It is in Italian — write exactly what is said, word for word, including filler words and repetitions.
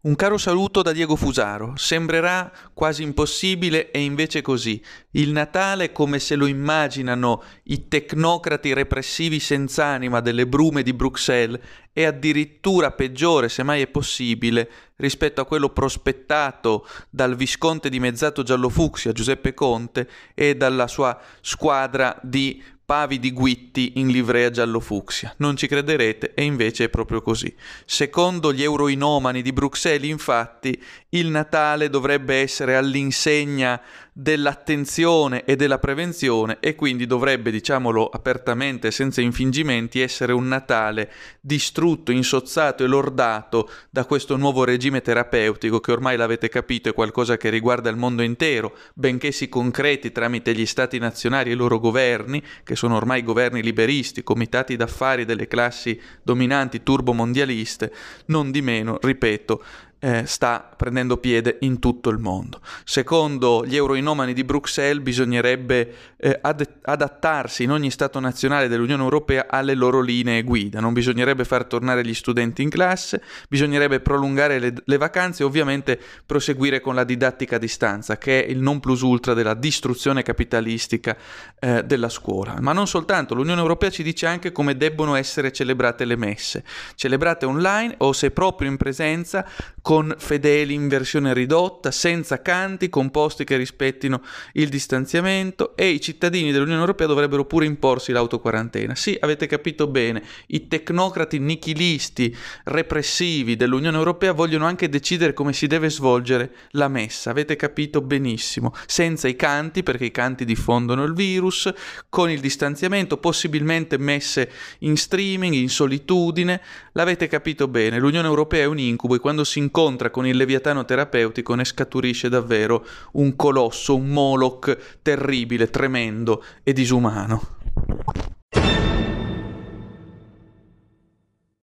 Un caro saluto da Diego Fusaro. Sembrerà quasi impossibile e invece così. Il Natale, come se lo immaginano i tecnocrati repressivi senza anima delle brume di Bruxelles, è addirittura peggiore, se mai è possibile, rispetto a quello prospettato dal visconte dimezzato giallofucsia Giuseppe Conte e dalla sua squadra di pavidi guitti in livrea giallo-fucsia. Non ci crederete, e invece è proprio così. Secondo gli euroinomani di Bruxelles, infatti, il Natale dovrebbe essere all'insegna dell'attenzione e della prevenzione e quindi dovrebbe, diciamolo apertamente, senza infingimenti, essere un Natale distrutto, insozzato e lordato da questo nuovo regime terapeutico che ormai l'avete capito è qualcosa che riguarda il mondo intero, benché si concreti tramite gli stati nazionali e i loro governi, che sono ormai governi liberisti, comitati d'affari delle classi dominanti turbomondialiste, non di meno, ripeto, Eh, sta prendendo piede in tutto il mondo. Secondo gli euroinomani di Bruxelles bisognerebbe eh, ad- adattarsi in ogni Stato nazionale dell'Unione Europea alle loro linee guida. Non bisognerebbe far tornare gli studenti in classe, bisognerebbe prolungare le, le vacanze e ovviamente proseguire con la didattica a distanza, che è il non plus ultra della distruzione capitalistica eh, della scuola. Ma non soltanto, l'Unione Europea ci dice anche come debbono essere celebrate le messe. Celebrate online o, se proprio in presenza, con fedeli in versione ridotta, senza canti, con posti che rispettino il distanziamento, e i cittadini dell'Unione Europea dovrebbero pure imporsi l'autoquarantena. Sì, avete capito bene, i tecnocrati nichilisti, repressivi dell'Unione Europea vogliono anche decidere come si deve svolgere la messa, avete capito benissimo, senza i canti, perché i canti diffondono il virus, con il distanziamento, possibilmente messe in streaming, in solitudine, l'avete capito bene, l'Unione Europea è un incubo e quando si incontra con il leviatano terapeutico ne scaturisce davvero un colosso, un Moloch terribile, tremendo e disumano.